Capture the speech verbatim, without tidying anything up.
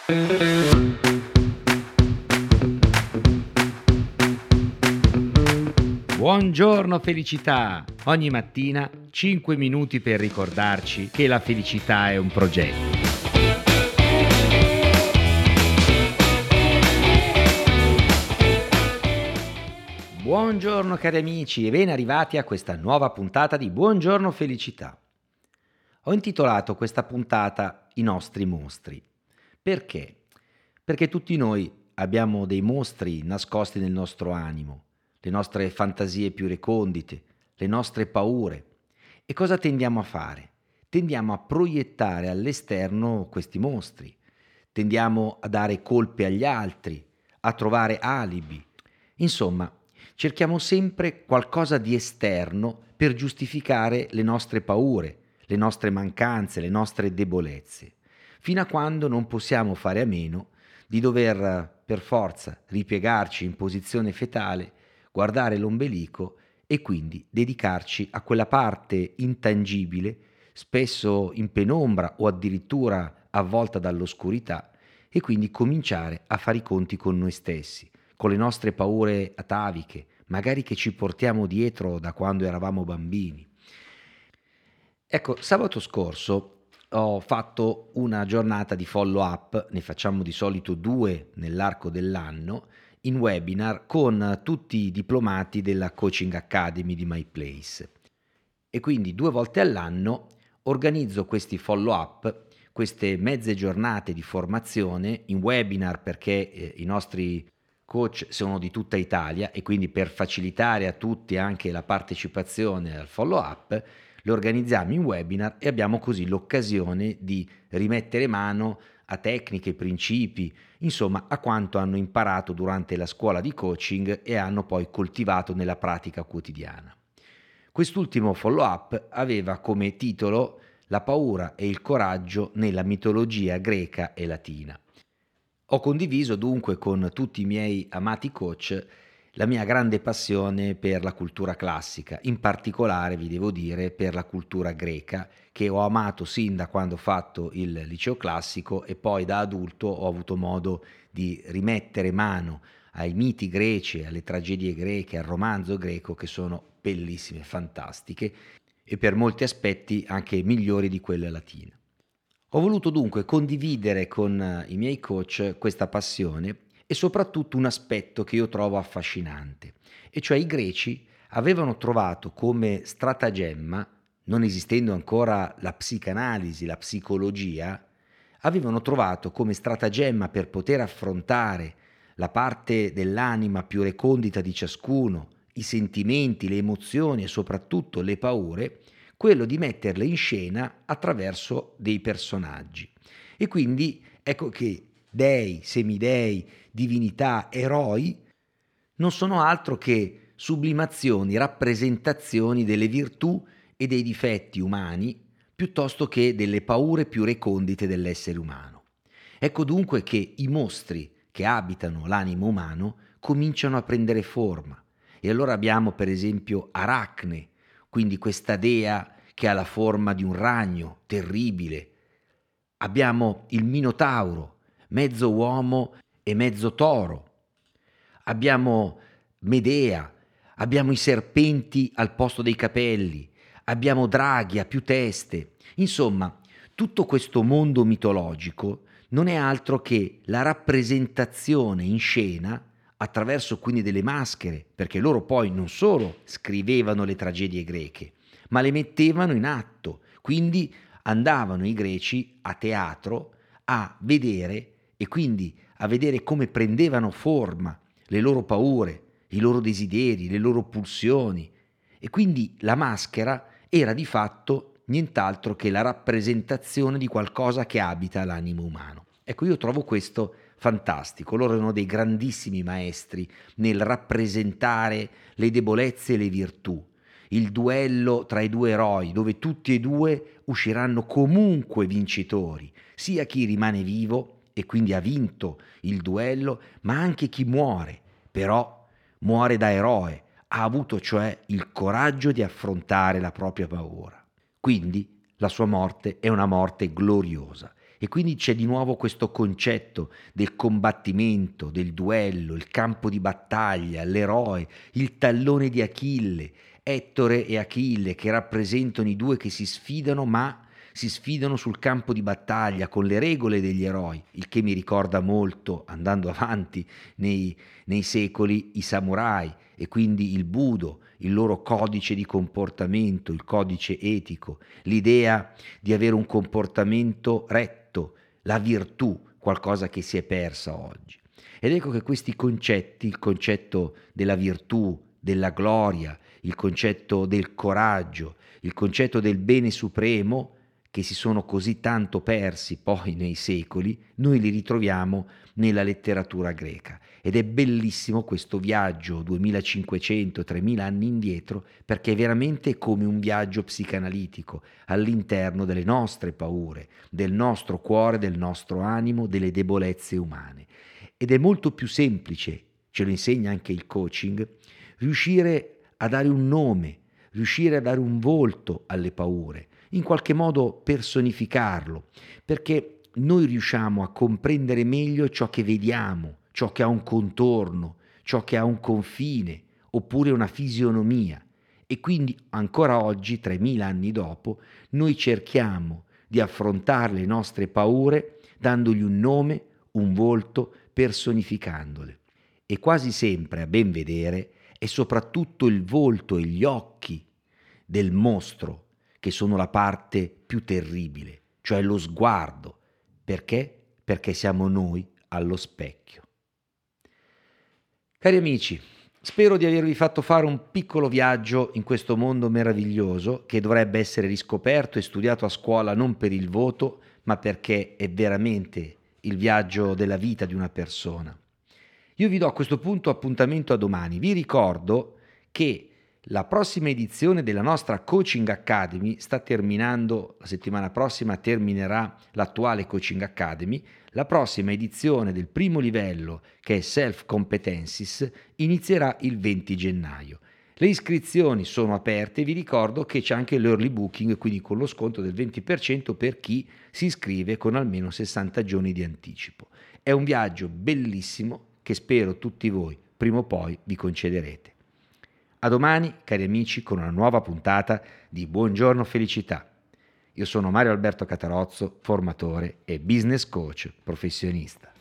Buongiorno felicità! Ogni mattina cinque minuti per ricordarci che la felicità è un progetto. Buongiorno cari amici e ben arrivati a questa nuova puntata di Buongiorno felicità. Ho intitolato questa puntata I nostri mostri. Perché? Perché tutti noi abbiamo dei mostri nascosti nel nostro animo, le nostre fantasie più recondite, le nostre paure. E cosa tendiamo a fare? Tendiamo a proiettare all'esterno questi mostri, tendiamo a dare colpe agli altri, a trovare alibi. Insomma, cerchiamo sempre qualcosa di esterno per giustificare le nostre paure, le nostre mancanze, le nostre debolezze, fino a quando non possiamo fare a meno di dover per forza ripiegarci in posizione fetale, guardare l'ombelico e quindi dedicarci a quella parte intangibile, spesso in penombra o addirittura avvolta dall'oscurità, e quindi cominciare a fare i conti con noi stessi, con le nostre paure ataviche, magari che ci portiamo dietro da quando eravamo bambini. Ecco, sabato scorso ho fatto una giornata di follow up, ne facciamo di solito due nell'arco dell'anno, in webinar con tutti i diplomati della Coaching Academy di MyPlace. E quindi due volte all'anno organizzo questi follow up, queste mezze giornate di formazione in webinar, perché eh, i nostri coach sono di tutta Italia e quindi per facilitare a tutti anche la partecipazione al follow up le organizziamo in webinar e abbiamo così l'occasione di rimettere mano a tecniche, principi, insomma a quanto hanno imparato durante la scuola di coaching e hanno poi coltivato nella pratica quotidiana. Quest'ultimo follow up aveva come titolo La paura e il coraggio nella mitologia greca e latina. Ho condiviso dunque con tutti i miei amati coach la mia grande passione per la cultura classica, in particolare vi devo dire per la cultura greca, che ho amato sin da quando ho fatto il liceo classico e poi da adulto ho avuto modo di rimettere mano ai miti greci, alle tragedie greche, al romanzo greco, che sono bellissime, fantastiche e per molti aspetti anche migliori di quelle latine. Ho voluto dunque condividere con i miei coach questa passione e soprattutto un aspetto che io trovo affascinante, e cioè i greci avevano trovato come stratagemma, non esistendo ancora la psicanalisi, la psicologia, avevano trovato come stratagemma per poter affrontare la parte dell'anima più recondita di ciascuno, i sentimenti, le emozioni e soprattutto le paure, quello di metterle in scena attraverso dei personaggi. E quindi ecco che dei, semidei, divinità, eroi non sono altro che sublimazioni, rappresentazioni delle virtù e dei difetti umani piuttosto che delle paure più recondite dell'essere umano. Ecco dunque che i mostri che abitano l'animo umano cominciano a prendere forma. E allora abbiamo per esempio Aracne, quindi questa dea che ha la forma di un ragno terribile. Abbiamo il Minotauro, mezzo uomo e mezzo toro. Abbiamo Medea, abbiamo i serpenti al posto dei capelli, abbiamo draghi a più teste. Insomma, tutto questo mondo mitologico non è altro che la rappresentazione in scena attraverso quindi delle maschere, perché loro poi non solo scrivevano le tragedie greche, ma le mettevano in atto. Quindi andavano i greci a teatro a vedere e quindi a vedere come prendevano forma le loro paure, i loro desideri, le loro pulsioni. E quindi la maschera era di fatto nient'altro che la rappresentazione di qualcosa che abita l'animo umano. Ecco, io trovo questo fantastico. Loro erano dei grandissimi maestri nel rappresentare le debolezze e le virtù. Il duello tra i due eroi, dove tutti e due usciranno comunque vincitori, sia chi rimane vivo e quindi ha vinto il duello, ma anche chi muore, però muore da eroe, ha avuto cioè il coraggio di affrontare la propria paura. Quindi la sua morte è una morte gloriosa. E quindi c'è di nuovo questo concetto del combattimento, del duello, il campo di battaglia, l'eroe, il tallone di Achille, Ettore e Achille, che rappresentano i due che si sfidano, ma si sfidano sul campo di battaglia con le regole degli eroi, il che mi ricorda molto, andando avanti nei, nei secoli, i samurai e quindi il Budo, il loro codice di comportamento, il codice etico, l'idea di avere un comportamento retto, la virtù, qualcosa che si è persa oggi. Ed ecco che questi concetti, il concetto della virtù, della gloria, il concetto del coraggio, il concetto del bene supremo, che si sono così tanto persi poi nei secoli, noi li ritroviamo nella letteratura greca. Ed è bellissimo questo viaggio duemilacinquecento tremila anni indietro, perché è veramente come un viaggio psicanalitico all'interno delle nostre paure, del nostro cuore, del nostro animo, delle debolezze umane. Ed è molto più semplice, ce lo insegna anche il coaching, riuscire a dare un nome, riuscire a dare un volto alle paure, in qualche modo personificarlo, perché noi riusciamo a comprendere meglio ciò che vediamo, ciò che ha un contorno, ciò che ha un confine, oppure una fisionomia. E quindi ancora oggi, tremila anni dopo, noi cerchiamo di affrontare le nostre paure dandogli un nome, un volto, personificandole. E quasi sempre, a ben vedere, è soprattutto il volto e gli occhi del mostro che sono la parte più terribile, cioè lo sguardo. Perché? Perché siamo noi allo specchio. Cari amici, spero di avervi fatto fare un piccolo viaggio in questo mondo meraviglioso che dovrebbe essere riscoperto e studiato a scuola non per il voto, ma perché è veramente il viaggio della vita di una persona. Io vi do a questo punto appuntamento a domani. Vi ricordo che la prossima edizione della nostra Coaching Academy sta terminando, la settimana prossima terminerà l'attuale Coaching Academy. La prossima edizione del primo livello, che è Self Competencies, inizierà il venti gennaio. Le iscrizioni sono aperte, vi ricordo che c'è anche l'early booking, quindi con lo sconto del venti per cento per chi si iscrive con almeno sessanta giorni di anticipo. È un viaggio bellissimo che spero tutti voi prima o poi vi concederete. A domani, cari amici, con una nuova puntata di Buongiorno Felicità. Io sono Mario Alberto Catarozzo, formatore e business coach professionista.